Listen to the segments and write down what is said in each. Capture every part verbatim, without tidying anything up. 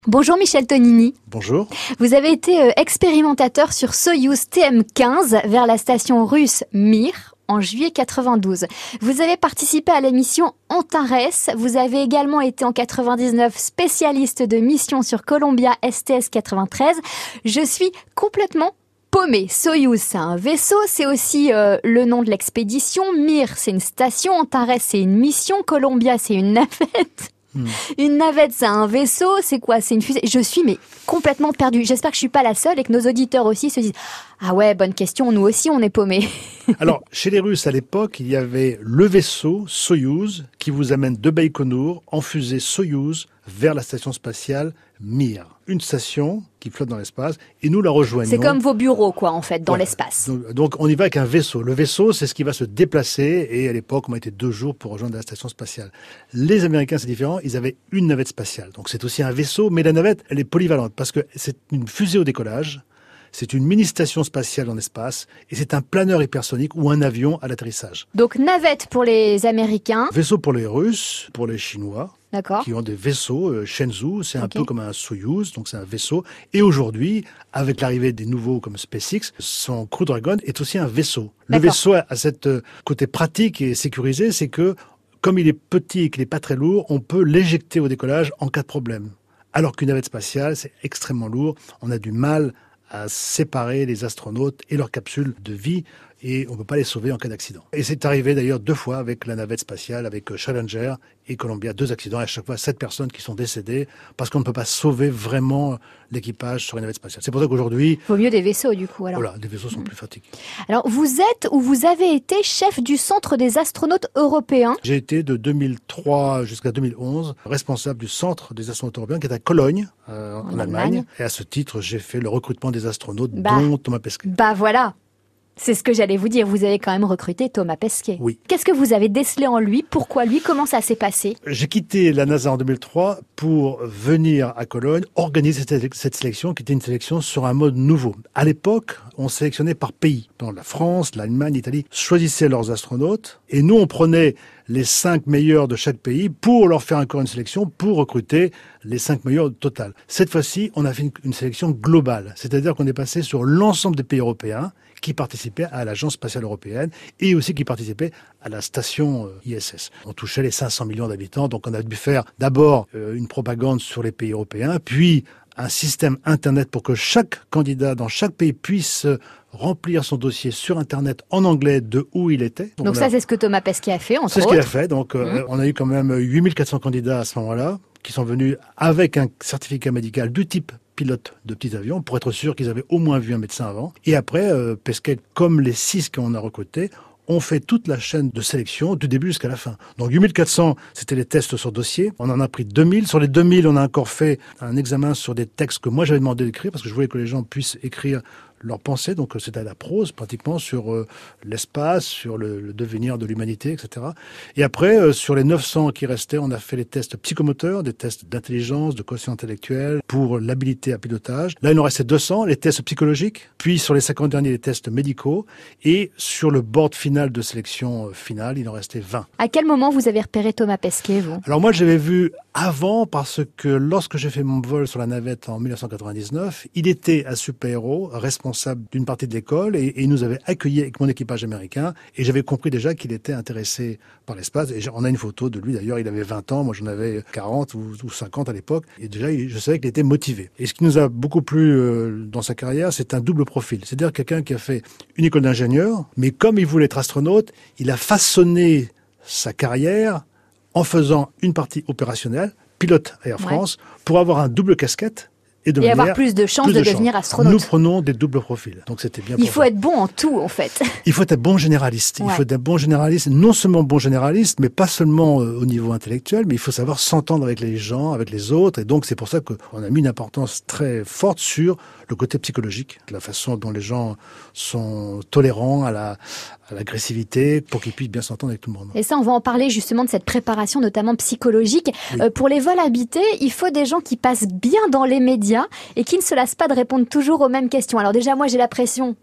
Bonjour Michel Tonini. Bonjour. Vous avez été expérimentateur sur Soyouz T M quinze vers la station russe Mir en juillet quatre-vingt-douze. Vous avez participé à l'émission Antares. Vous avez également été en quatre-vingt-dix-neuf spécialiste de mission sur Columbia S T S quatre-vingt-treize. Je suis complètement paumé. Soyouz, c'est un vaisseau, c'est aussi euh, le nom de l'expédition. Mir, c'est une station. Antares, c'est une mission. Columbia, c'est une navette. Hmm. Une navette, c'est un vaisseau, c'est quoi? C'est une fusée. Je suis mais complètement perdue. J'espère que je suis pas la seule et que nos auditeurs aussi se disent ah ouais, bonne question, nous aussi on est paumés. Alors, chez les Russes à l'époque, il y avait le vaisseau Soyouz qui vous amène de Baïkonour en fusée Soyouz vers la station spatiale Mir. Une station qui flotte dans l'espace et nous la rejoignons. C'est comme vos bureaux, quoi, en fait, dans voilà. l'espace. Donc, donc, on y va avec un vaisseau. Le vaisseau, c'est ce qui va se déplacer et à l'époque, on a été deux jours pour rejoindre la station spatiale. Les Américains, c'est différent. Ils avaient une navette spatiale. Donc, c'est aussi un vaisseau, mais la navette, elle est polyvalente parce que c'est une fusée au décollage. C'est une mini-station spatiale en espace et c'est un planeur hypersonique ou un avion à l'atterrissage. Donc, navette pour les Américains. Vaisseau pour les Russes, pour les Chinois. D'accord. Qui ont des vaisseaux. Euh, Shenzhou, c'est un okay. peu comme un Soyouz, donc c'est un vaisseau. Et aujourd'hui, avec l'arrivée des nouveaux comme SpaceX, son Crew Dragon est aussi un vaisseau. Le D'accord. vaisseau a cette côté pratique et sécurisé, c'est que comme il est petit et qu'il n'est pas très lourd, on peut l'éjecter au décollage en cas de problème. Alors qu'une navette spatiale, c'est extrêmement lourd. On a du mal à séparer les astronautes et leurs capsules de vie et on ne peut pas les sauver en cas d'accident. Et c'est arrivé d'ailleurs deux fois avec la navette spatiale, avec Challenger et Columbia, deux accidents, et à chaque fois sept personnes qui sont décédées parce qu'on ne peut pas sauver vraiment l'équipage sur une navette spatiale. C'est pour ça qu'aujourd'hui... Il vaut mieux des vaisseaux du coup alors. Voilà, les vaisseaux sont mmh. plus fatigués. Alors vous êtes ou vous avez été chef du Centre des astronautes européens. J'ai été de deux mille trois jusqu'à deux mille onze responsable du Centre des astronautes européens qui est à Cologne, euh, en, en Allemagne. Allemagne. Et à ce titre, j'ai fait le recrutement des astronautes, bah, dont Thomas Pesquet. Bah voilà. C'est ce que j'allais vous dire. Vous avez quand même recruté Thomas Pesquet. Oui. Qu'est-ce que vous avez décelé en lui? Pourquoi lui? Comment ça s'est passé? J'ai quitté la NASA en deux mille trois pour venir à Cologne organiser cette, cette sélection qui était une sélection sur un mode nouveau. À l'époque, on sélectionnait par pays. Donc, la France, l'Allemagne, l'Italie choisissaient leurs astronautes et nous, on prenait les cinq meilleurs de chaque pays pour leur faire encore une sélection pour recruter les cinq meilleurs au total. Cette fois-ci, on a fait une, une sélection globale. C'est-à-dire qu'on est passé sur l'ensemble des pays européens qui participaient à l'Agence spatiale européenne et aussi qui participaient à la station I S S. On touchait les cinq cents millions d'habitants, donc on a dû faire d'abord euh, une propagande sur les pays européens, puis un système Internet pour que chaque candidat dans chaque pays puisse remplir son dossier sur Internet en anglais de où il était. Donc, donc ça, a... c'est ce que Thomas Pesquet a fait, entre autres. C'est ce qu'il a fait. Donc, euh, mmh. on a eu quand même huit mille quatre cents candidats à ce moment-là qui sont venus avec un certificat médical du type pilote de petits avions pour être sûr qu'ils avaient au moins vu un médecin avant. Et après, euh, Pesquet, comme les six qu'on a recrutés, on fait toute la chaîne de sélection du début jusqu'à la fin. Donc huit mille quatre cents, c'était les tests sur dossier. On en a pris deux mille. Sur les deux mille, on a encore fait un examen sur des textes que moi j'avais demandé d'écrire parce que je voulais que les gens puissent écrire leurs pensées. Donc c'était à la prose pratiquement sur euh, l'espace, sur le, le devenir de l'humanité, et cetera. Et après, euh, sur les neuf cents qui restaient, on a fait les tests psychomoteurs, des tests d'intelligence, de quotient intellectuel pour l'habilité à pilotage. Là, il nous restait deux cents, les tests psychologiques. Puis sur les cinquante derniers, les tests médicaux. Et sur le board final de sélection euh, finale, il en restait vingt. À quel moment vous avez repéré Thomas Pesquet, vous? Alors moi, je l'avais vu avant parce que lorsque j'ai fait mon vol sur la navette en mille neuf cent quatre-vingt-dix-neuf, il était à Super-Héros, responsable d'une partie de l'école et, et il nous avait accueillis avec mon équipage américain et j'avais compris déjà qu'il était intéressé par l'espace et on a une photo de lui d'ailleurs, il avait vingt ans, moi j'en avais quarante ou, ou cinquante à l'époque et déjà je savais qu'il était motivé. Et ce qui nous a beaucoup plu euh, dans sa carrière, c'est un double profil, c'est-à-dire quelqu'un qui a fait une école d'ingénieur, mais comme il voulait être astronaute, il a façonné sa carrière en faisant une partie opérationnelle, pilote Air France, ouais. pour avoir un double casquette et, et avoir plus de chances plus de, de devenir chance. astronaute. Nous prenons des doubles profils, donc c'était bien. Il pour faut ça. être bon en tout, en fait. Il faut être bon généraliste. Ouais. Il faut être un bon généraliste, non seulement bon généraliste, mais pas seulement au niveau intellectuel, mais il faut savoir s'entendre avec les gens, avec les autres. Et donc c'est pour ça qu'on a mis une importance très forte sur le côté psychologique, la façon dont les gens sont tolérants à la à l'agressivité pour qu'ils puissent bien s'entendre avec tout le monde. Et ça, on va en parler justement de cette préparation, notamment psychologique. Oui. Euh, pour les vols habités, il faut des gens qui passent bien dans les médias et qui ne se lassent pas de répondre toujours aux mêmes questions. Alors déjà, moi, j'ai la pression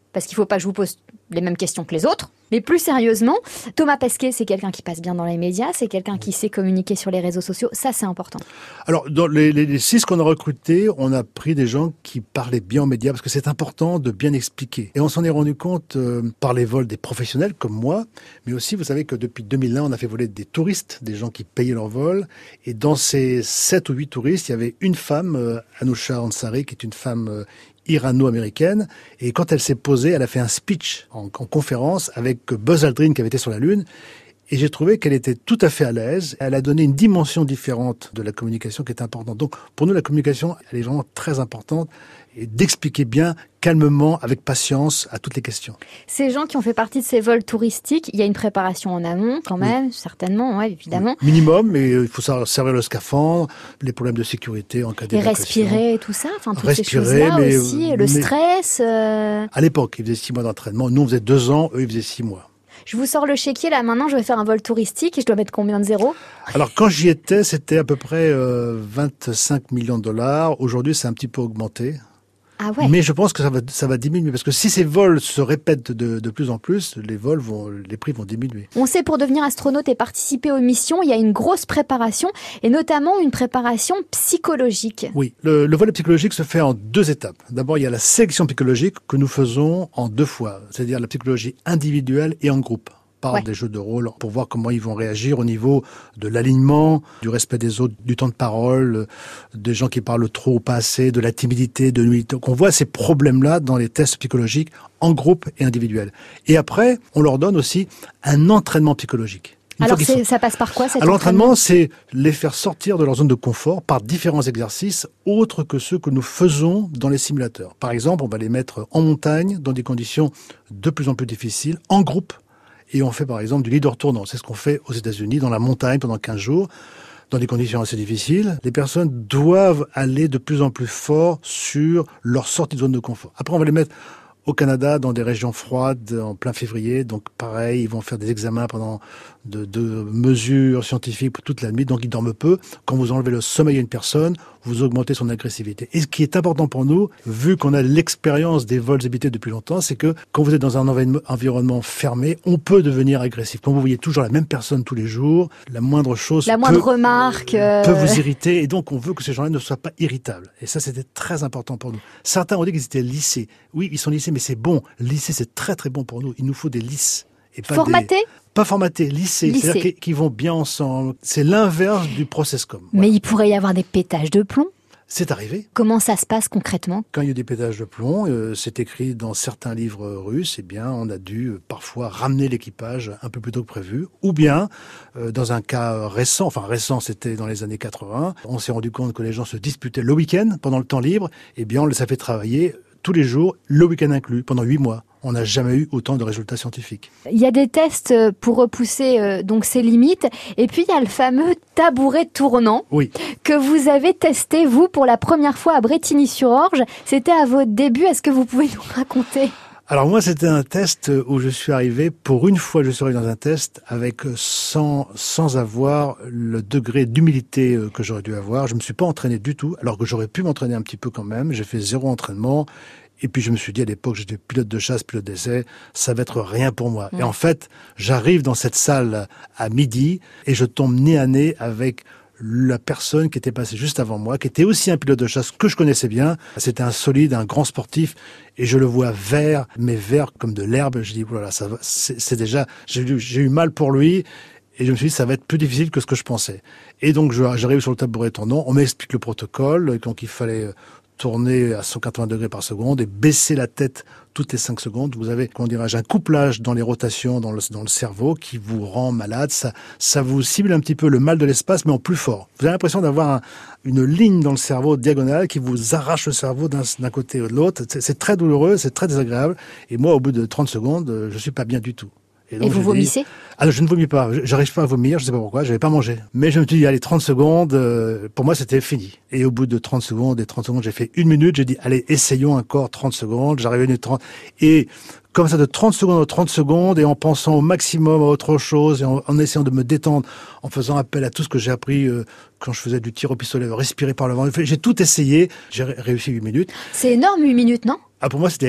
parce qu'il ne faut pas que je vous pose les mêmes questions que les autres. Mais plus sérieusement, Thomas Pesquet, c'est quelqu'un qui passe bien dans les médias, c'est quelqu'un qui sait communiquer sur les réseaux sociaux. Ça, c'est important. Alors, dans les, les, les six qu'on a recrutés, on a pris des gens qui parlaient bien aux médias, parce que c'est important de bien expliquer. Et on s'en est rendu compte euh, par les vols des professionnels comme moi, mais aussi, vous savez que depuis deux mille un, on a fait voler des touristes, des gens qui payaient leur vol. Et dans ces sept ou huit touristes, il y avait une femme, euh, Anousha Ansari, qui est une femme euh, irano-américaine, et quand elle s'est posée, elle a fait un speech en, en conférence avec Buzz Aldrin qui avait été sur la Lune, et j'ai trouvé qu'elle était tout à fait à l'aise. Elle a donné une dimension différente de la communication qui est importante. Donc pour nous, la communication, elle est vraiment très importante, et d'expliquer bien, calmement, avec patience, à toutes les questions. Ces gens qui ont fait partie de ces vols touristiques, il y a une préparation en amont quand même, oui. certainement, ouais, évidemment. Oui. Minimum, mais il faut savoir servir le scaphandre, les problèmes de sécurité en cas d'évacuation. Et respirer et tout ça, enfin toutes respirer, ces choses-là mais, aussi, le mais stress. Euh... À l'époque, ils faisaient six mois d'entraînement. Nous, on faisait deux ans, eux, ils faisaient six mois. Je vous sors le chéquier, là, maintenant, je vais faire un vol touristique et je dois mettre combien de zéros? Alors, quand j'y étais, c'était à peu près euh, vingt-cinq millions de dollars. Aujourd'hui, c'est un petit peu augmenté. Ah ouais. Mais je pense que ça va, ça va diminuer, parce que si ces vols se répètent de, de plus en plus, les vols vont, les prix vont diminuer. On sait, pour devenir astronaute et participer aux missions, il y a une grosse préparation, et notamment une préparation psychologique. Oui, le, le vol psychologique se fait en deux étapes. D'abord, il y a la sélection psychologique que nous faisons en deux fois, c'est-à-dire la psychologie individuelle et en groupe. Par ouais. des jeux de rôle pour voir comment ils vont réagir au niveau de l'alignement, du respect des autres, du temps de parole, des gens qui parlent trop ou pas assez, de la timidité, de l'humilité. Donc on voit ces problèmes-là dans les tests psychologiques en groupe et individuel. Et après, on leur donne aussi un entraînement psychologique. Une Alors c'est, sont... ça passe par quoi cet Alors, entraînement ? L'entraînement, c'est les faire sortir de leur zone de confort par différents exercices autres que ceux que nous faisons dans les simulateurs. Par exemple, on va les mettre en montagne dans des conditions de plus en plus difficiles, en groupe. Et on fait par exemple du leader tournant. C'est ce qu'on fait aux États-Unis, dans la montagne pendant quinze jours, dans des conditions assez difficiles. Les personnes doivent aller de plus en plus fort sur leur sortie de zone de confort. Après, on va les mettre au Canada, dans des régions froides, en plein février. Donc pareil, ils vont faire des examens pendant de, de mesures scientifiques pour toute la nuit. Donc ils dorment peu. Quand vous enlevez le sommeil à une personne, vous augmentez son agressivité. Et ce qui est important pour nous, vu qu'on a l'expérience des vols habités depuis longtemps, c'est que quand vous êtes dans un environnement fermé, on peut devenir agressif. Quand vous voyez toujours la même personne tous les jours, la moindre chose la peut, moindre remarque euh... peut vous irriter. Et donc on veut que ces gens-là ne soient pas irritables. Et ça, c'était très important pour nous. Certains ont dit qu'ils étaient lissés. Oui, ils sont lissés, mais c'est bon. Lisser, c'est très très bon pour nous. Il nous faut des lisses. Et pas formatés des... Pas formatés, lissés. Lissés. C'est-à-dire qu'ils vont bien ensemble. C'est l'inverse du processcom. Mais voilà. Il pourrait y avoir des pétages de plomb. C'est arrivé. Comment ça se passe concrètement ? Quand il y a des pétages de plomb, euh, c'est écrit dans certains livres russes, eh bien, on a dû euh, parfois ramener l'équipage un peu plus tôt que prévu. Ou bien, euh, dans un cas récent, enfin récent, c'était dans les années quatre-vingts, on s'est rendu compte que les gens se disputaient le week-end, pendant le temps libre, eh bien, on les a fait travailler tous les jours, le week-end inclus, pendant huit mois. On n'a jamais eu autant de résultats scientifiques. Il y a des tests pour repousser euh, donc ces limites. Et puis, il y a le fameux tabouret tournant oui. que vous avez testé, vous, pour la première fois à Brétigny-sur-Orge. C'était à vos débuts. Est-ce que vous pouvez nous raconter ? Alors moi, c'était un test où je suis arrivé, pour une fois, je suis arrivé dans un test avec sans, sans avoir le degré d'humilité que j'aurais dû avoir. Je me suis pas entraîné du tout, alors que j'aurais pu m'entraîner un petit peu quand même. J'ai fait zéro entraînement. Et puis je me suis dit à l'époque, j'étais pilote de chasse, pilote d'essai, ça va être rien pour moi. Mmh. Et en fait, j'arrive dans cette salle à midi et je tombe nez à nez avec la personne qui était passée juste avant moi, qui était aussi un pilote de chasse que je connaissais bien. C'était un solide, un grand sportif, et je le vois vert, mais vert comme de l'herbe. Je dis, voilà, ça va, c'est, c'est déjà, j'ai eu, j'ai eu mal pour lui. Et je me suis dit, ça va être plus difficile que ce que je pensais. Et donc, je, j'arrive sur le tabouret tournant, on m'explique le protocole, donc il fallait tourner à cent quatre-vingts degrés par seconde et baisser la tête toutes les cinq secondes. Vous avez, comment dirais-je, un couplage dans les rotations, dans le, dans le cerveau qui vous rend malade. Ça, ça vous cible un petit peu le mal de l'espace, mais en plus fort. Vous avez l'impression d'avoir un, une ligne dans le cerveau diagonale qui vous arrache le cerveau d'un, d'un côté ou de l'autre. C'est, c'est très douloureux, c'est très désagréable. Et moi, au bout de trente secondes, je suis pas bien du tout. Et, donc, et vous vomissez ? Ah non, je ne vomis pas. J'arrive pas à vomir, je sais pas pourquoi, j'avais pas mangé. Mais je me suis dit, allez, trente secondes, euh, pour moi, c'était fini. Et au bout de trente secondes et trente secondes, j'ai fait une minute, j'ai dit, allez, essayons encore trente secondes. J'arrivais à une trente. Et comme ça, de trente secondes à trente secondes, et en pensant au maximum à autre chose, et en, en essayant de me détendre, en faisant appel à tout ce que j'ai appris euh, quand je faisais du tir au pistolet, respirer par le vent. J'ai tout essayé, j'ai réussi huit minutes. C'est énorme, huit minutes, non ? Ah, pour moi, c'était énorme.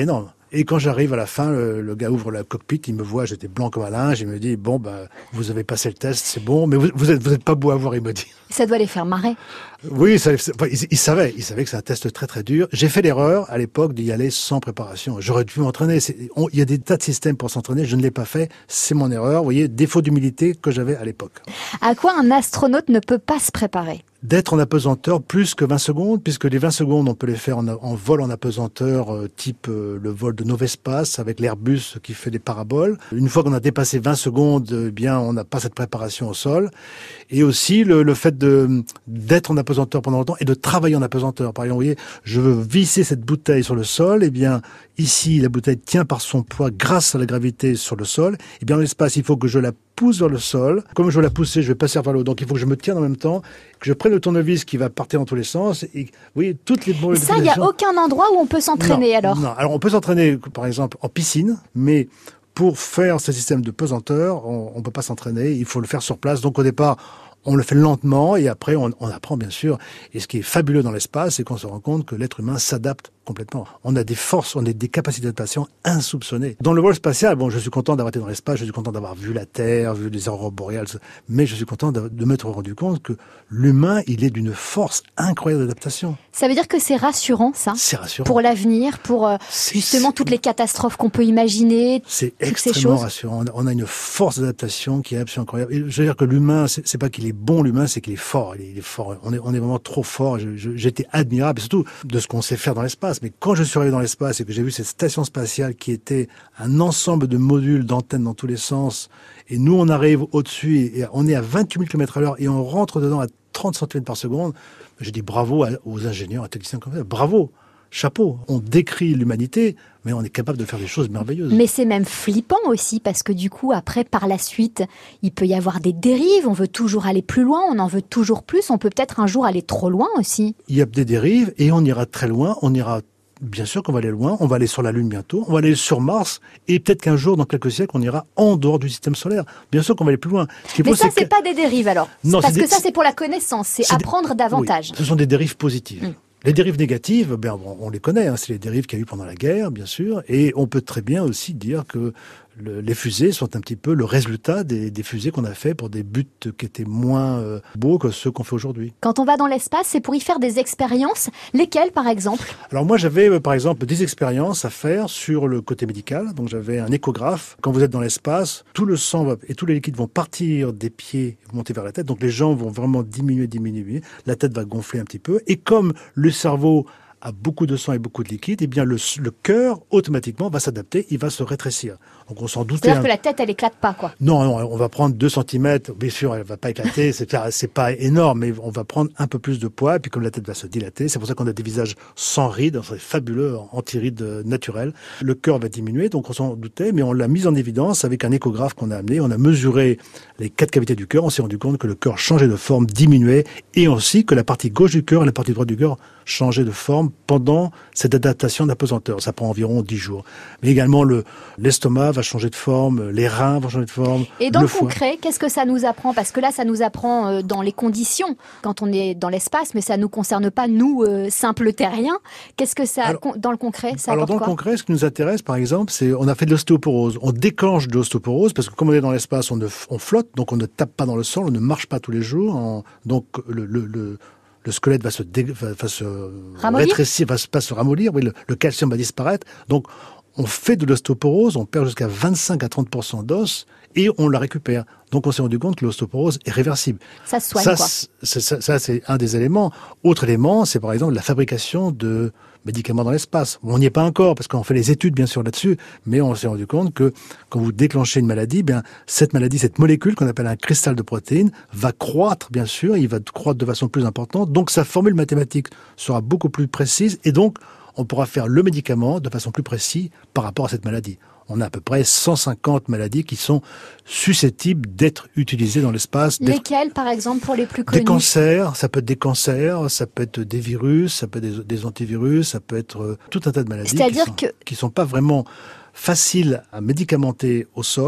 Et quand j'arrive à la fin, le, le gars ouvre la cockpit, il me voit, j'étais blanc comme un linge, il me dit, bon, bah, vous avez passé le test, c'est bon, mais vous, vous êtes, vous êtes pas beau à voir, il me dit. Ça doit les faire marrer. Oui, ça, enfin, il, il savait, il savait que c'est un test très très dur. J'ai fait l'erreur à l'époque d'y aller sans préparation. J'aurais dû m'entraîner. C'est, on, il y a des tas de systèmes pour s'entraîner. Je ne l'ai pas fait. C'est mon erreur. Vous voyez, défaut d'humilité que j'avais à l'époque. À quoi un astronaute ne peut pas se préparer? D'être en apesanteur plus que vingt secondes, puisque les vingt secondes, on peut les faire en, en vol en apesanteur, euh, type euh, le vol de Novespace avec l'Airbus qui fait des paraboles. Une fois qu'on a dépassé vingt secondes, eh bien, on n'a pas cette préparation au sol. Et aussi le, le fait de d'être en apesanteur pendant longtemps et de travailler en apesanteur. Par exemple, vous voyez, je veux visser cette bouteille sur le sol, eh bien, ici, la bouteille tient par son poids grâce à la gravité sur le sol. Eh bien, dans l'espace, il faut que je la pousse vers le sol. Comme je veux la pousser, je vais passer vers le haut. Donc, il faut que je me tienne en même temps, que je prenne le tournevis qui va partir dans tous les sens. Et, vous voyez, toutes les... Et ça, il n'y a aucun endroit où on peut s'entraîner, non, alors? Non, alors on peut s'entraîner, par exemple, en piscine, mais pour faire ce système de pesanteur, on ne peut pas s'entraîner, il faut le faire sur place. Donc, au départ, on le fait lentement et après, on, on apprend, bien sûr. Et ce qui est fabuleux dans l'espace, c'est qu'on se rend compte que l'être humain s'adapte complètement. On a des forces, on a des capacités d'adaptation insoupçonnées. Dans le vol spatial, bon, je suis content d'avoir été dans l'espace, je suis content d'avoir vu la Terre, vu les aurores boréales, mais je suis content de, de m'être rendu compte que l'humain, il est d'une force incroyable d'adaptation. Ça veut dire que c'est rassurant, ça? C'est rassurant. Pour l'avenir, pour euh, justement toutes les catastrophes qu'on peut imaginer. C'est toutes extrêmement ces choses. rassurant. On a une force d'adaptation qui est absolument incroyable. Et je veux dire que l'humain, c'est, c'est pas qu'il est bon, l'humain, c'est qu'il est fort. Il est, il est fort. On est, on est vraiment trop fort. Je, je, j'étais admirable, et surtout de ce qu'on sait faire dans l'espace. Mais quand je suis arrivé dans l'espace et que j'ai vu cette station spatiale qui était un ensemble de modules, d'antennes dans tous les sens, et nous, on arrive au-dessus et on est à vingt-huit mille kilomètres à l'heure et on rentre dedans à trente centimètres par seconde, j'ai dit bravo aux ingénieurs, aux techniciens comme ça. Bravo! Chapeau, on décrit l'humanité, mais on est capable de faire des choses merveilleuses. Mais c'est même flippant aussi, parce que du coup, après, par la suite, il peut y avoir des dérives, on veut toujours aller plus loin, on en veut toujours plus, on peut peut-être un jour aller trop loin aussi. Il y a des dérives et on ira très loin, on ira, bien sûr qu'on va aller loin, on va aller sur la Lune bientôt, on va aller sur Mars, et peut-être qu'un jour, dans quelques siècles, on ira en dehors du système solaire. Bien sûr qu'on va aller plus loin. Ce qu'il mais faut, ça, c'est, c'est que... pas des dérives alors, non, parce c'est que des... ça, c'est pour la connaissance, c'est, c'est apprendre des... davantage. Oui, ce sont des dérives positives. Mmh. Les dérives négatives, ben, on les connaît, hein, c'est les dérives qu'il y a eu pendant la guerre, bien sûr, et on peut très bien aussi dire que le, les fusées sont un petit peu le résultat des, des fusées qu'on a fait pour des buts qui étaient moins euh, beaux que ceux qu'on fait aujourd'hui. Quand on va dans l'espace, c'est pour y faire des expériences, lesquelles par exemple? Alors moi j'avais euh, par exemple des expériences à faire sur le côté médical, donc j'avais un échographe. Quand vous êtes dans l'espace, tout le sang va, et tous les liquides vont partir des pieds, monter vers la tête, donc les jambes vont vraiment diminuer, diminuer, la tête va gonfler un petit peu, et comme le cerveau a beaucoup de sang et beaucoup de liquide, eh bien le, le cœur automatiquement va s'adapter, il va se rétrécir. Donc on s'en doutait. C'est-à-dire un... que la tête, elle éclate pas, quoi. Non, non, on va prendre deux centimètres. Bien sûr, elle va pas éclater. c'est, c'est pas énorme, mais on va prendre un peu plus de poids. Et puis comme la tête va se dilater, c'est pour ça qu'on a des visages sans rides, c'est fabuleux, anti-rides naturelles. Le cœur va diminuer, donc on s'en doutait, mais on l'a mis en évidence avec un échographe qu'on a amené. On a mesuré les quatre cavités du cœur. On s'est rendu compte que le cœur changeait de forme, diminuait, et aussi que la partie gauche du cœur et la partie droite du cœur changeaient de forme pendant cette adaptation d'apesanteur. Ça prend environ dix jours. Mais également, le, l'estomac va changer de forme, les reins vont changer de forme. Et dans le le concret, qu'est-ce que ça nous apprend? Parce que là, ça nous apprend dans les conditions, quand on est dans l'espace, mais ça ne nous concerne pas, nous, euh, simples terriens. Qu'est-ce que ça, alors, dans le concret, ça Alors, apporte dans quoi? le concret, ce qui nous intéresse, par exemple, c'est on a fait de l'ostéoporose. On déclenche de l'ostéoporose parce que comme on est dans l'espace, on, ne, on flotte, donc on ne tape pas dans le sol, on ne marche pas tous les jours. En, donc, le... le, le le squelette va se, dé, va, va se rétrécir, va pas se ramollir, oui, le, le calcium va disparaître. Donc, on fait de l'ostéoporose, on perd jusqu'à vingt-cinq à trente pour cent d'os et on la récupère. Donc, on s'est rendu compte que l'ostéoporose est réversible. Ça se soigne, ça, quoi. C'est, ça, ça, c'est un des éléments. Autre élément, c'est par exemple la fabrication de médicaments dans l'espace. On n'y est pas encore, parce qu'on fait les études, bien sûr, là-dessus, mais on s'est rendu compte que quand vous déclenchez une maladie, bien, cette maladie, cette molécule qu'on appelle un cristal de protéines, va croître, bien sûr, il va croître de façon plus importante, donc sa formule mathématique sera beaucoup plus précise, et donc, on pourra faire le médicament de façon plus précise par rapport à cette maladie. On a à peu près cent cinquante maladies qui sont susceptibles d'être utilisées dans l'espace. Lesquelles, par exemple, pour les plus connus? Des cancers, ça peut être des cancers, ça peut être des virus, ça peut être des, des antivirus, ça peut être euh, tout un tas de maladies C'est-à-dire qui sont, que... qui sont pas vraiment faciles à médicamenter au sol.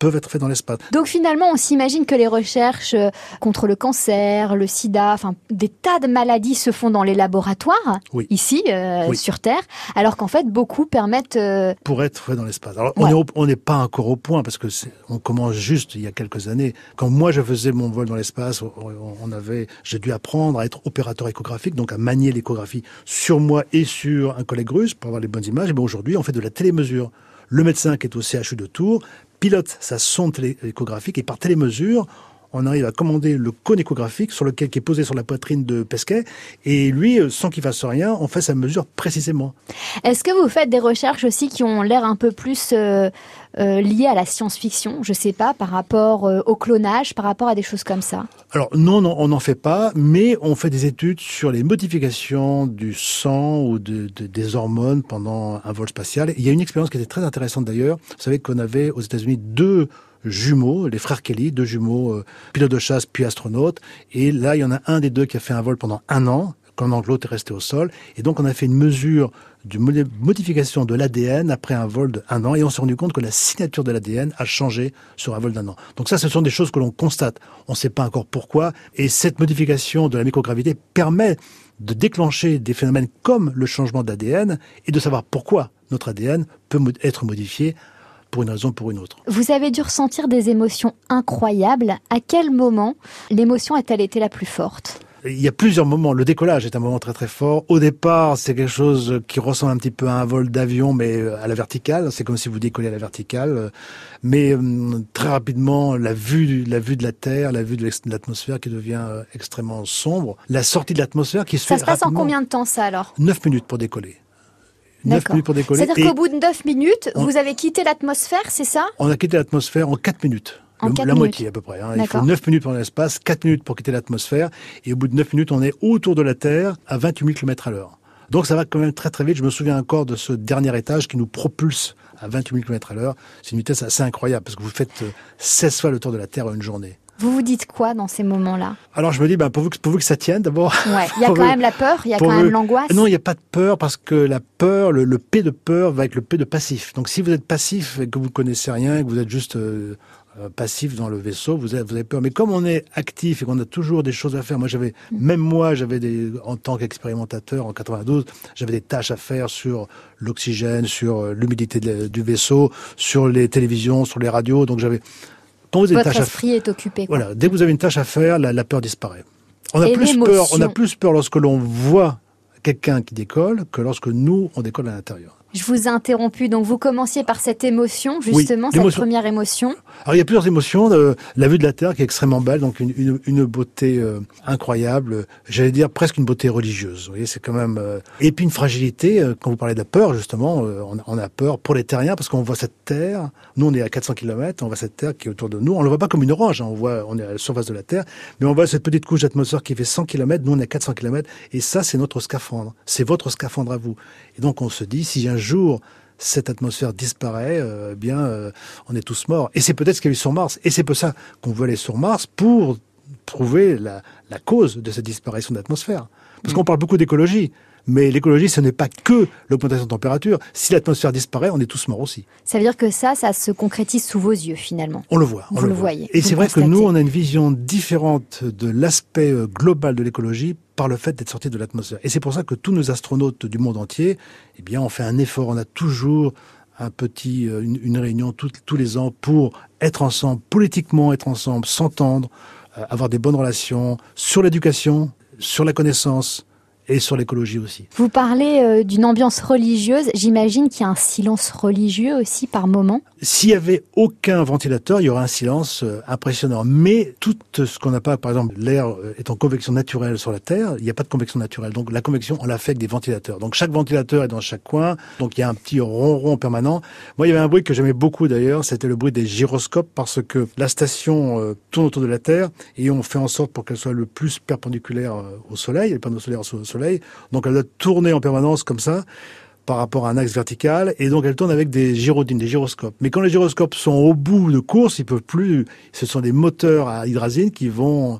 peuvent être faits dans l'espace. Donc finalement, on s'imagine que les recherches contre le cancer, le sida, enfin des tas de maladies se font dans les laboratoires, oui. ici, euh, oui. sur Terre, alors qu'en fait, beaucoup permettent... Euh... Pour être faits dans l'espace. Alors, ouais. on n'est pas encore au point, parce que c'est, on commence juste il y a quelques années. Quand moi, je faisais mon vol dans l'espace, on, on avait, j'ai dû apprendre à être opérateur échographique, donc à manier l'échographie sur moi et sur un collègue russe pour avoir les bonnes images. Et bien aujourd'hui, on fait de la télémesure. Le médecin qui est au C H U de Tours pilote sa sonde échographique et par télémesure, on arrive à commander le cône échographique sur lequel qui est posé sur la poitrine de Pesquet et lui, sans qu'il fasse rien, on fait sa mesure précisément. Est-ce que vous faites des recherches aussi qui ont l'air un peu plus euh, euh, liées à la science-fiction, je sais pas, par rapport euh, au clonage, par rapport à des choses comme ça? Alors non, non on n'en fait pas, mais on fait des études sur les modifications du sang ou de, de, des hormones pendant un vol spatial. Il y a une expérience qui était très intéressante d'ailleurs. Vous savez qu'on avait aux États-Unis deux jumeaux, les frères Kelly, deux jumeaux, euh, pilotes de chasse puis astronautes. Et là, il y en a un des deux qui a fait un vol pendant un an, pendant que l'autre est resté au sol. Et donc, on a fait une mesure de modification de l'A D N après un vol d'un an. Et on s'est rendu compte que la signature de l'A D N a changé sur un vol d'un an. Donc ça, ce sont des choses que l'on constate. On ne sait pas encore pourquoi. Et cette modification de la microgravité permet de déclencher des phénomènes comme le changement d'A D N et de savoir pourquoi notre A D N peut être modifié pour une raison ou pour une autre. Vous avez dû ressentir des émotions incroyables. À quel moment l'émotion a-t-elle été la plus forte ? Il y a plusieurs moments. Le décollage est un moment très très fort. Au départ, c'est quelque chose qui ressemble un petit peu à un vol d'avion, mais à la verticale. C'est comme si vous décollez à la verticale. Mais euh, très rapidement, la vue, la vue de la Terre, la vue de l'atmosphère qui devient euh, extrêmement sombre. La sortie de l'atmosphère qui se ça fait Ça se passe rapidement. En combien de temps ça alors ? neuf minutes pour décoller. neuf minutes pour décoller. C'est-à-dire qu'au bout de neuf minutes, on... vous avez quitté l'atmosphère, c'est ça ? On a quitté l'atmosphère en quatre minutes. En Le, quatre la minutes. moitié à peu près. Hein. Il faut neuf minutes pour l'espace, quatre minutes pour quitter l'atmosphère. Et au bout de neuf minutes, on est autour de la Terre à vingt-huit mille kilomètres à l'heure. Donc ça va quand même très très vite. Je me souviens encore de ce dernier étage qui nous propulse à vingt-huit mille kilomètres à l'heure. C'est une vitesse assez incroyable parce que vous faites seize fois le tour de la Terre en une journée. Vous vous dites quoi dans ces moments-là ? Alors je me dis, ben, pourvu, que, pourvu que ça tienne d'abord. Ouais. Il y a quand même la peur, il y a quand même l'angoisse. Non, il n'y a pas de peur parce que la peur, le, le P de peur va avec le P de passif. Donc si vous êtes passif et que vous ne connaissez rien, et que vous êtes juste euh, passif dans le vaisseau, vous avez, vous avez peur. Mais comme on est actif et qu'on a toujours des choses à faire, moi j'avais, même moi j'avais des, en tant qu'expérimentateur en quatre-vingt-douze, j'avais des tâches à faire sur l'oxygène, sur l'humidité de, du vaisseau, sur les télévisions, sur les radios. Donc j'avais Quand vous avez Votre une tâche esprit à... est occupé. Quoi. Voilà, dès que vous avez une tâche à faire, la, la peur disparaît. On a Et plus l'émotion. peur, on a plus peur lorsque l'on voit quelqu'un qui décolle que lorsque nous on décolle à l'intérieur. Je vous ai interrompu, donc vous commenciez par cette émotion, justement, oui, cette première émotion. Alors il y a plusieurs émotions, euh, la vue de la Terre qui est extrêmement belle, donc une, une, une beauté euh, incroyable, j'allais dire presque une beauté religieuse, vous voyez, c'est quand même... Euh... Et puis une fragilité, euh, quand vous parlez de la peur justement, euh, on, on a peur pour les terriens parce qu'on voit cette Terre, nous on est à quatre cents kilomètres, on voit cette Terre qui est autour de nous, on ne le voit pas comme une orange, hein, on voit, on est à la surface de la Terre, mais on voit cette petite couche d'atmosphère qui fait cent kilomètres, nous on est à quatre cents kilomètres, et ça c'est notre scaphandre, c'est votre scaphandre à vous. Et donc on se dit, si un jour cette atmosphère disparaît, euh, eh bien, euh, on est tous morts. Et c'est peut-être ce qu'il y a eu sur Mars. Et c'est pour ça qu'on veut aller sur Mars pour trouver la, la cause de cette disparition d'atmosphère. Parce mmh. qu'on parle beaucoup d'écologie. Mais l'écologie, ce n'est pas que l'augmentation de température. Si l'atmosphère disparaît, on est tous morts aussi. Ça veut dire que ça, ça se concrétise sous vos yeux, finalement. On le voit. On Vous le, le voit. voyez. Et vous c'est vrai constatez. que nous, on a une vision différente de l'aspect global de l'écologie par le fait d'être sorti de l'atmosphère. Et c'est pour ça que tous nos astronautes du monde entier, eh bien, on fait un effort. On a toujours un petit, une, une réunion tout, tous les ans pour être ensemble, politiquement être ensemble, s'entendre, euh, avoir des bonnes relations sur l'éducation, sur la connaissance, et sur l'écologie aussi. Vous parlez euh, d'une ambiance religieuse. J'imagine qu'il y a un silence religieux aussi par moment. S'il y avait aucun ventilateur, il y aurait un silence euh, impressionnant. Mais tout ce qu'on n'a pas, par exemple, l'air euh, est en convection naturelle sur la Terre, il n'y a pas de convection naturelle. Donc la convection, on l'a fait avec des ventilateurs. Donc chaque ventilateur est dans chaque coin. Donc il y a un petit ronron permanent. Moi, il y avait un bruit que j'aimais beaucoup d'ailleurs, c'était le bruit des gyroscopes parce que la station euh, tourne autour de la Terre et on fait en sorte pour qu'elle soit le plus perpendiculaire euh, au Soleil. Les panneaux solaires sont au Soleil. Donc elle doit tourner en permanence comme ça par rapport à un axe vertical et donc elle tourne avec des gyrodines, des gyroscopes. Mais quand les gyroscopes sont au bout de course, ils peuvent plus, ce sont des moteurs à hydrazine qui vont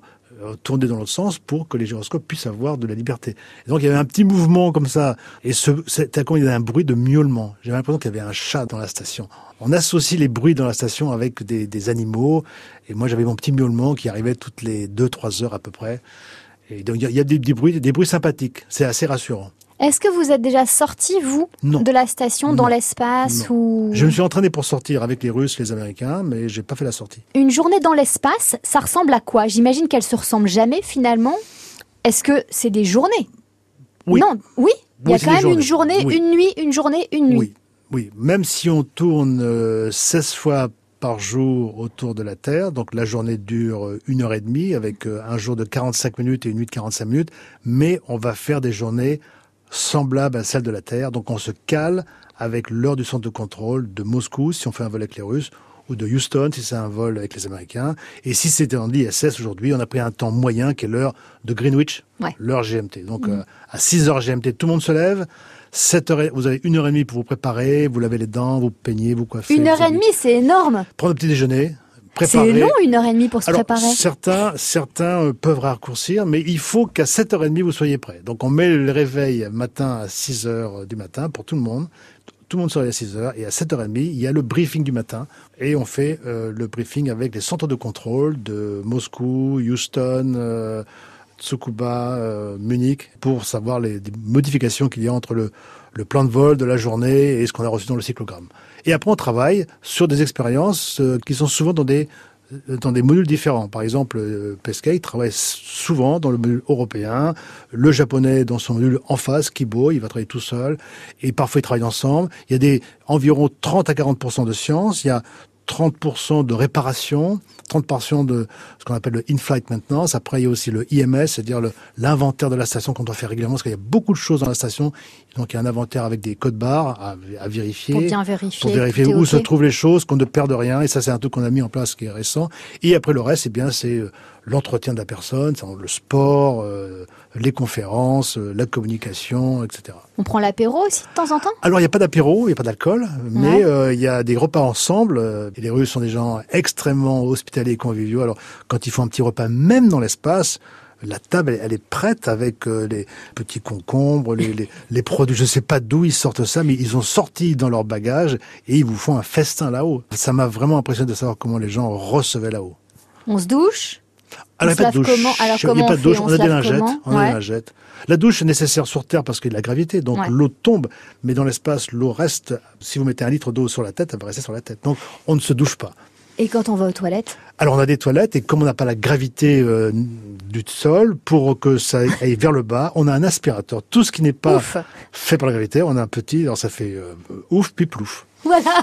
euh, tourner dans l'autre sens pour que les gyroscopes puissent avoir de la liberté. Et donc il y avait un petit mouvement comme ça, et ce, c'était comme il y avait un bruit de miaulement. J'avais l'impression qu'il y avait un chat dans la station. On associe les bruits dans la station avec des, des animaux, et moi j'avais mon petit miaulement qui arrivait toutes les deux trois heures à peu près. Et donc il y a des, des bruits, des bruits sympathiques. C'est assez rassurant. Est-ce que vous êtes déjà sorti, vous, non. de la station non. dans l'espace ou... Je me suis entraîné pour sortir avec les Russes, les Américains, mais j'ai pas fait la sortie. Une journée dans l'espace, ça ressemble à quoi? J'imagine qu'elle se ressemble jamais finalement. Est-ce que c'est des journées? Oui. Non, oui. Il y a oui, quand même journées. une journée, oui. une nuit, une journée, une nuit. Oui, oui. Même si on tourne euh, seize fois par jour autour de la Terre, donc la journée dure une heure et demie avec euh, un jour de quarante-cinq minutes et une nuit de quarante-cinq minutes, mais on va faire des journées semblables à celles de la Terre, donc on se cale avec l'heure du centre de contrôle de Moscou si on fait un vol avec les Russes, ou de Houston si c'est un vol avec les Américains. Et si c'était en I S S aujourd'hui, on a pris un temps moyen qui est l'heure de Greenwich, ouais. l'heure G M T. Donc mmh. euh, à six heures G M T, tout le monde se lève. sept heures, vous avez une heure et demie pour vous préparer, vous lavez les dents, vous peignez, vous coiffez. Une heure et demie, c'est énorme. Prendre un petit déjeuner. Préparer. C'est long, une heure et demie pour se Alors, préparer. Certains, certains euh, peuvent raccourcir, mais il faut qu'à sept heures trente, vous soyez prêts. Donc on met le réveil matin à six heures du matin pour tout le monde. Tout le monde se réveille à six heures et à sept heures trente, il y a le briefing du matin et on fait euh, le briefing avec les centres de contrôle de Moscou, Houston, euh, Tsukuba, euh, Munich pour savoir les, les modifications qu'il y a entre le, le plan de vol de la journée et ce qu'on a reçu dans le cyclogramme. Et après, on travaille sur des expériences euh, qui sont souvent dans des dans des modules différents. Par exemple, euh, Pesquet travaille souvent dans le module européen, le japonais dans son module en face, Kibo, il va travailler tout seul, et parfois ils travaillent ensemble. Il y a des environ trente à quarante pour cent de sciences, il y a trente pour cent de réparation, trente pour cent de ce qu'on appelle le in-flight maintenance. Après, il y a aussi le I M S, c'est-à-dire le, l'inventaire de la station qu'on doit faire régulièrement, parce qu'il y a beaucoup de choses dans la station. Donc, il y a un inventaire avec des codes barres à, à vérifier. Pour bien vérifier. Pour vérifier où okay. se trouvent les choses, qu'on ne perde rien. Et ça, c'est un truc qu'on a mis en place qui est récent. Et après, le reste, eh bien, c'est l'entretien de la personne, c'est le sport, euh, les conférences, euh, la communication, et cetera. On prend l'apéro aussi de temps en temps? Alors, il n'y a pas d'apéro, il n'y a pas d'alcool, mais ouais. euh, il y a des repas ensemble. Et les Russes sont des gens extrêmement hospitaliers et conviviaux. Alors, quand ils font un petit repas, même dans l'espace, la table, elle, elle est prête avec euh, les petits concombres, les, les, les produits. Je ne sais pas d'où ils sortent ça, mais ils ont sorti dans leur bagage et ils vous font un festin là-haut. Ça m'a vraiment impressionné de savoir comment les gens recevaient là-haut. On se douche? Alors, il n'y a pas de douche. Comment Alors, comment il n'y a pas de douche. On, on a des lingettes. Comment on a ouais. des lingettes. La douche est nécessaire sur Terre parce qu'il y a de la gravité, donc ouais. l'eau tombe. Mais dans l'espace, l'eau reste. Si vous mettez un litre d'eau sur la tête, elle va rester sur la tête. Donc, on ne se douche pas. Et quand on va aux toilettes? Alors, on a des toilettes et comme on n'a pas la gravité euh, du sol, pour que ça aille vers le bas, on a un aspirateur. Tout ce qui n'est pas ouf. fait par la gravité, on a un petit. Alors, ça fait euh, ouf puis plouf. Voilà.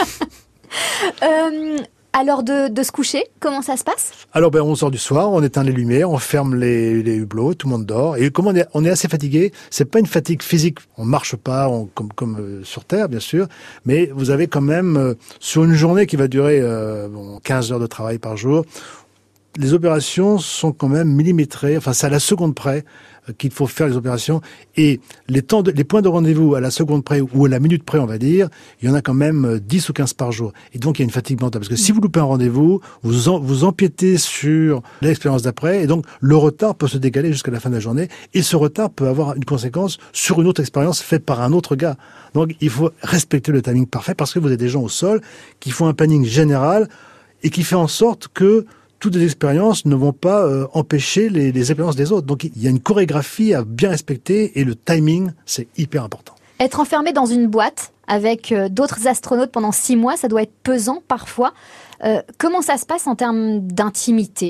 euh, Alors de, de se coucher, comment ça se passe? Alors ben on sort du soir, on éteint les lumières, on ferme les, les hublots, tout le monde dort. Et comme on est, on est assez fatigué, c'est pas une fatigue physique. On marche pas, on, comme, comme euh, sur Terre bien sûr, mais vous avez quand même euh, sur une journée qui va durer euh, bon, quinze heures de travail par jour. Les opérations sont quand même millimétrées, enfin c'est à la seconde près qu'il faut faire les opérations, et les temps de, les points de rendez-vous à la seconde près ou à la minute près, on va dire, il y en a quand même dix ou quinze par jour. Et donc il y a une fatigue mentale, parce que si vous loupez un rendez-vous, vous en, vous empiétez sur l'expérience d'après, et donc le retard peut se décaler jusqu'à la fin de la journée, et ce retard peut avoir une conséquence sur une autre expérience faite par un autre gars. Donc il faut respecter le timing parfait, parce que vous avez des gens au sol qui font un planning général, et qui fait en sorte que toutes les expériences ne vont pas euh, empêcher les, les expériences des autres. Donc il y a une chorégraphie à bien respecter et le timing, c'est hyper important. Être enfermé dans une boîte avec euh, d'autres astronautes pendant six mois, ça doit être pesant parfois. Euh, comment ça se passe en termes d'intimité ?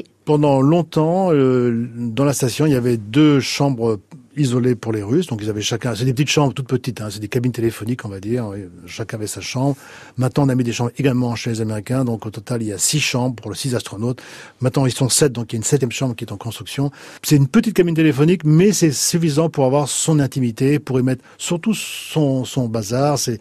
Pendant longtemps, euh, dans la station, il y avait deux chambres isolées pour les Russes. Donc ils avaient chacun, c'est des petites chambres toutes petites, hein, c'est des cabines téléphoniques, on va dire. Chacun avait sa chambre. Maintenant, on a mis des chambres également chez les Américains. Donc au total, il y a six chambres pour les six astronautes. Maintenant, ils sont sept, donc il y a une septième chambre qui est en construction. C'est une petite cabine téléphonique, mais c'est suffisant pour avoir son intimité, pour y mettre surtout son, son bazar. C'est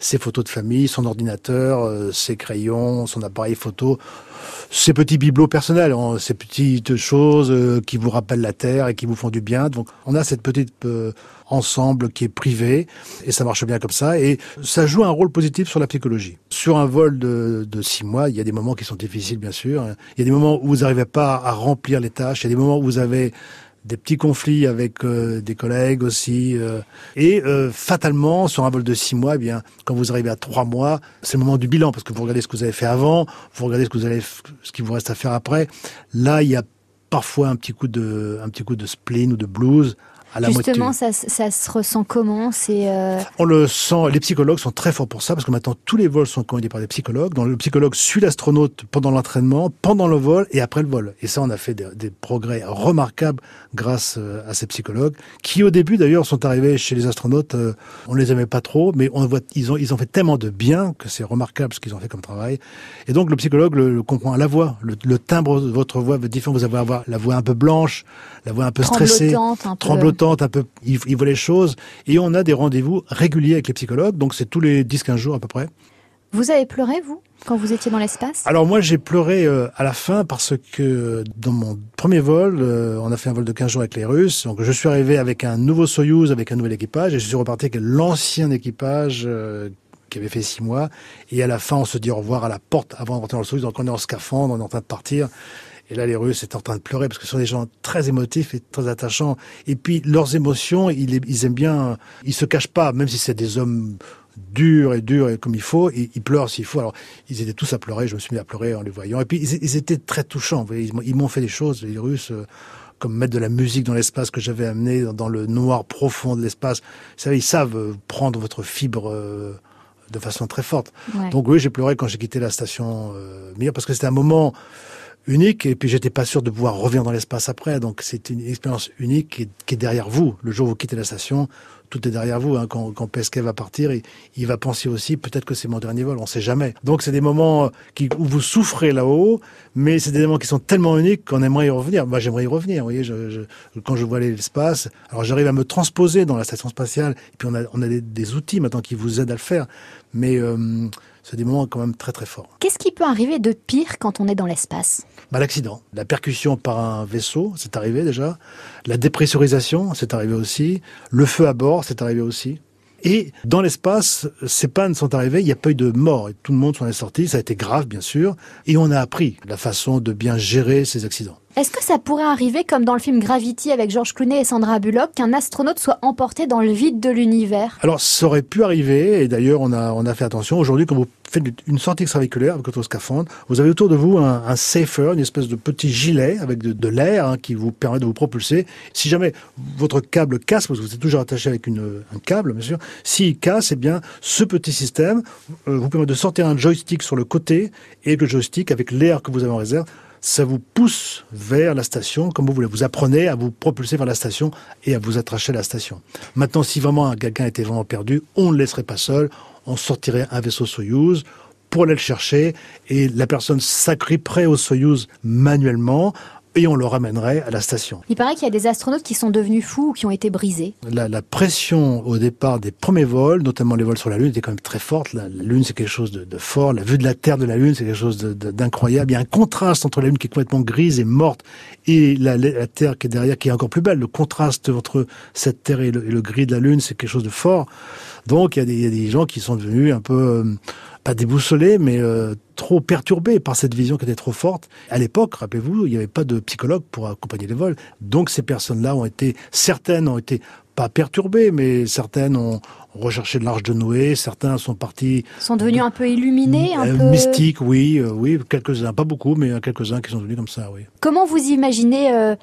ses photos de famille, son ordinateur, euh, ses crayons, son appareil photo, ses petits bibelots personnels, hein, ces petites choses euh, qui vous rappellent la Terre et qui vous font du bien. Donc on a cette petite euh, ensemble qui est privé et ça marche bien comme ça. Et ça joue un rôle positif sur la psychologie. Sur un vol de, de six mois, il y a des moments qui sont difficiles, bien sûr. Il y a des moments où vous n'arrivez pas à remplir les tâches. Il y a des moments où vous avez des petits conflits avec euh, des collègues aussi. Euh, et euh, fatalement, sur un vol de six mois, eh bien, quand vous arrivez à trois mois, c'est le moment du bilan, parce que vous regardez ce que vous avez fait avant, vous regardez ce que vous allez, ce qui vous reste à faire après. Là, il y a parfois un petit coup de, un petit coup de spleen ou de blues. À la Justement, ça, ça se ressent comment? C'est euh... On le sent, les psychologues sont très forts pour ça, parce que maintenant tous les vols sont commandés par des psychologues. Donc le psychologue suit l'astronaute pendant l'entraînement, pendant le vol et après le vol. Et ça, on a fait des, des progrès remarquables grâce à ces psychologues, qui au début d'ailleurs sont arrivés chez les astronautes, euh, on les aimait pas trop, mais on voit, ils ont, ils ont fait tellement de bien que c'est remarquable ce qu'ils ont fait comme travail. Et donc le psychologue le, le comprend à la voix, le, le timbre de votre voix va être différent. Vous allez avoir la voix un peu blanche, la voix un peu stressée, tremblotante, un peu. tremblotante. Un peu, il, il voit les choses, et on a des rendez-vous réguliers avec les psychologues, donc c'est tous les dix quinze jours à peu près. Vous avez pleuré, vous, quand vous étiez dans l'espace? Alors moi, j'ai pleuré euh, à la fin, parce que dans mon premier vol, euh, on a fait un vol de quinze jours avec les Russes, donc je suis arrivé avec un nouveau Soyouz, avec un nouvel équipage, et je suis reparti avec l'ancien équipage euh, qui avait fait six mois, et à la fin, on se dit au revoir à la porte avant de rentrer dans le Soyouz, donc on est en scaphandre, on est en train de partir. Et là, les Russes étaient en train de pleurer parce que ce sont des gens très émotifs et très attachants. Et puis, leurs émotions, ils, ils aiment bien, ils se cachent pas, même si c'est des hommes durs et durs et comme il faut, ils, ils pleurent s'il faut. Alors, ils étaient tous à pleurer, je me suis mis à pleurer en les voyant. Et puis, ils, ils étaient très touchants. Vous voyez, ils m'ont fait des choses, les Russes, euh, comme mettre de la musique dans l'espace que j'avais amené dans, dans le noir profond de l'espace. Vous savez, ils savent euh, prendre votre fibre euh, de façon très forte. Ouais. Donc oui, j'ai pleuré quand j'ai quitté la station euh, Mir, parce que c'était un moment unique, et puis j'étais pas sûr de pouvoir revenir dans l'espace après, donc c'est une expérience unique qui est, qui est derrière vous. Le jour où vous quittez la station, tout est derrière vous. Hein. Quand, quand Pesquet va partir, il, il va penser aussi, peut-être que c'est mon dernier vol, on sait jamais. Donc c'est des moments qui, où vous souffrez là-haut, mais c'est des moments qui sont tellement uniques qu'on aimerait y revenir. Moi, j'aimerais y revenir, vous voyez, je, je, quand je vois l'espace, alors j'arrive à me transposer dans la station spatiale, et puis on a, on a des, des outils maintenant qui vous aident à le faire, mais euh, c'est des moments quand même très très forts. Qu'est-ce qui peut arriver de pire quand on est dans l'espace? Bah, l'accident, la percussion par un vaisseau, c'est arrivé déjà. La dépressurisation, c'est arrivé aussi. Le feu à bord, c'est arrivé aussi. Et dans l'espace, ces pannes sont arrivées, il n'y a pas eu de mort. Et tout le monde s'en est sorti, ça a été grave bien sûr. Et on a appris la façon de bien gérer ces accidents. Est-ce que ça pourrait arriver, comme dans le film Gravity avec George Clooney et Sandra Bullock, qu'un astronaute soit emporté dans le vide de l'univers? Alors, ça aurait pu arriver, et d'ailleurs, on a, on a fait attention. Aujourd'hui, quand vous faites une sortie extraviculaire avec votre scaphandre, vous avez autour de vous un, un safer, une espèce de petit gilet avec de, de l'air hein, qui vous permet de vous propulser. Si jamais votre câble casse, parce que vous êtes toujours attaché avec une, un câble, bien sûr, s'il casse, eh bien, ce petit système euh, vous permet de sortir un joystick sur le côté, et le joystick, avec l'air que vous avez en réserve, ça vous pousse vers la station, comme vous voulez. Vous apprenez à vous propulser vers la station et à vous attacher à la station. Maintenant, si vraiment quelqu'un était vraiment perdu, on ne le laisserait pas seul. On sortirait un vaisseau Soyouz pour aller le chercher, et la personne s'agripperait au Soyouz manuellement, et on le ramènerait à la station. Il paraît qu'il y a des astronautes qui sont devenus fous ou qui ont été brisés. La, la pression au départ des premiers vols, notamment les vols sur la Lune, était quand même très forte. La, la Lune, c'est quelque chose de, de fort. La vue de la Terre de la Lune, c'est quelque chose de, de, d'incroyable. Il y a un contraste entre la Lune qui est complètement grise et morte et la, la Terre qui est derrière, qui est encore plus belle. Le contraste entre cette Terre et le, et le gris de la Lune, c'est quelque chose de fort. Donc, il y a des, il y a des gens qui sont devenus un peu... Euh, pas déboussolés, mais euh, trop perturbés par cette vision qui était trop forte. À l'époque, rappelez-vous, il n'y avait pas de psychologue pour accompagner les vols. Donc ces personnes-là ont été, certaines ont été pas perturbées, mais certaines ont recherché de l'Arche de Noé, certains sont partis... Sont devenus un peu illuminés, un euh, peu... Mystiques, oui, euh, oui, quelques-uns, pas beaucoup, mais quelques-uns qui sont devenus comme ça, oui. Comment vous imaginez... Euh...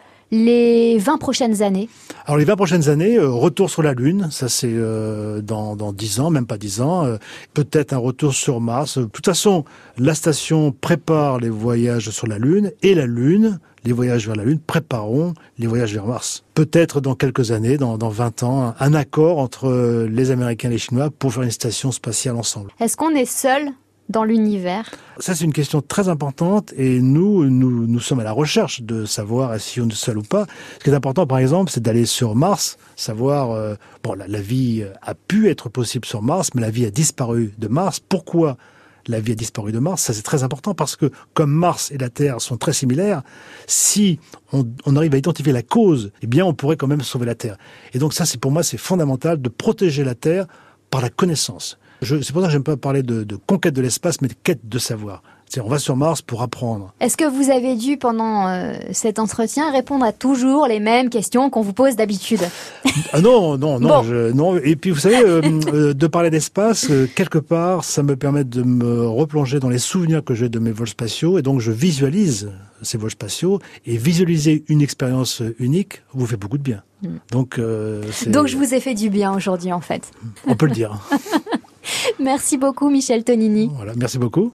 les vingt prochaines années? Alors les vingt prochaines années, euh, retour sur la Lune, ça c'est euh, dans dans dix ans, même pas dix ans, euh, peut-être un retour sur Mars. De toute façon, la station prépare les voyages sur la Lune, et la Lune, les voyages vers la Lune, prépareront les voyages vers Mars. Peut-être dans quelques années, dans, dans vingt ans, un accord entre les Américains et les Chinois pour faire une station spatiale ensemble. Est-ce qu'on est seul dans l'univers? Ça, c'est une question très importante et nous, nous, nous sommes à la recherche de savoir si on est seul ou pas. Ce qui est important, par exemple, c'est d'aller sur Mars, savoir, euh, bon, la, la vie a pu être possible sur Mars, mais la vie a disparu de Mars. Pourquoi la vie a disparu de Mars? Ça, c'est très important parce que comme Mars et la Terre sont très similaires, si on, on arrive à identifier la cause, eh bien, on pourrait quand même sauver la Terre. Et donc ça, c'est pour moi, c'est fondamental de protéger la Terre par la connaissance. Je, c'est pour ça que j'aime pas parler de, de conquête de l'espace, mais de quête de savoir. C'est, on va sur Mars pour apprendre. Est-ce que vous avez dû, pendant euh, cet entretien, répondre à toujours les mêmes questions qu'on vous pose d'habitude? Ah non, non, non, bon. je, non. Et puis, vous savez, euh, euh, de parler d'espace, euh, quelque part, ça me permet de me replonger dans les souvenirs que j'ai de mes vols spatiaux. Et donc, je visualise ces vols spatiaux. Et visualiser une expérience unique vous fait beaucoup de bien. Mm. Donc, euh, c'est... donc, je vous ai fait du bien aujourd'hui, en fait. On peut le dire. Merci beaucoup, Michel Tonini. Voilà, merci beaucoup.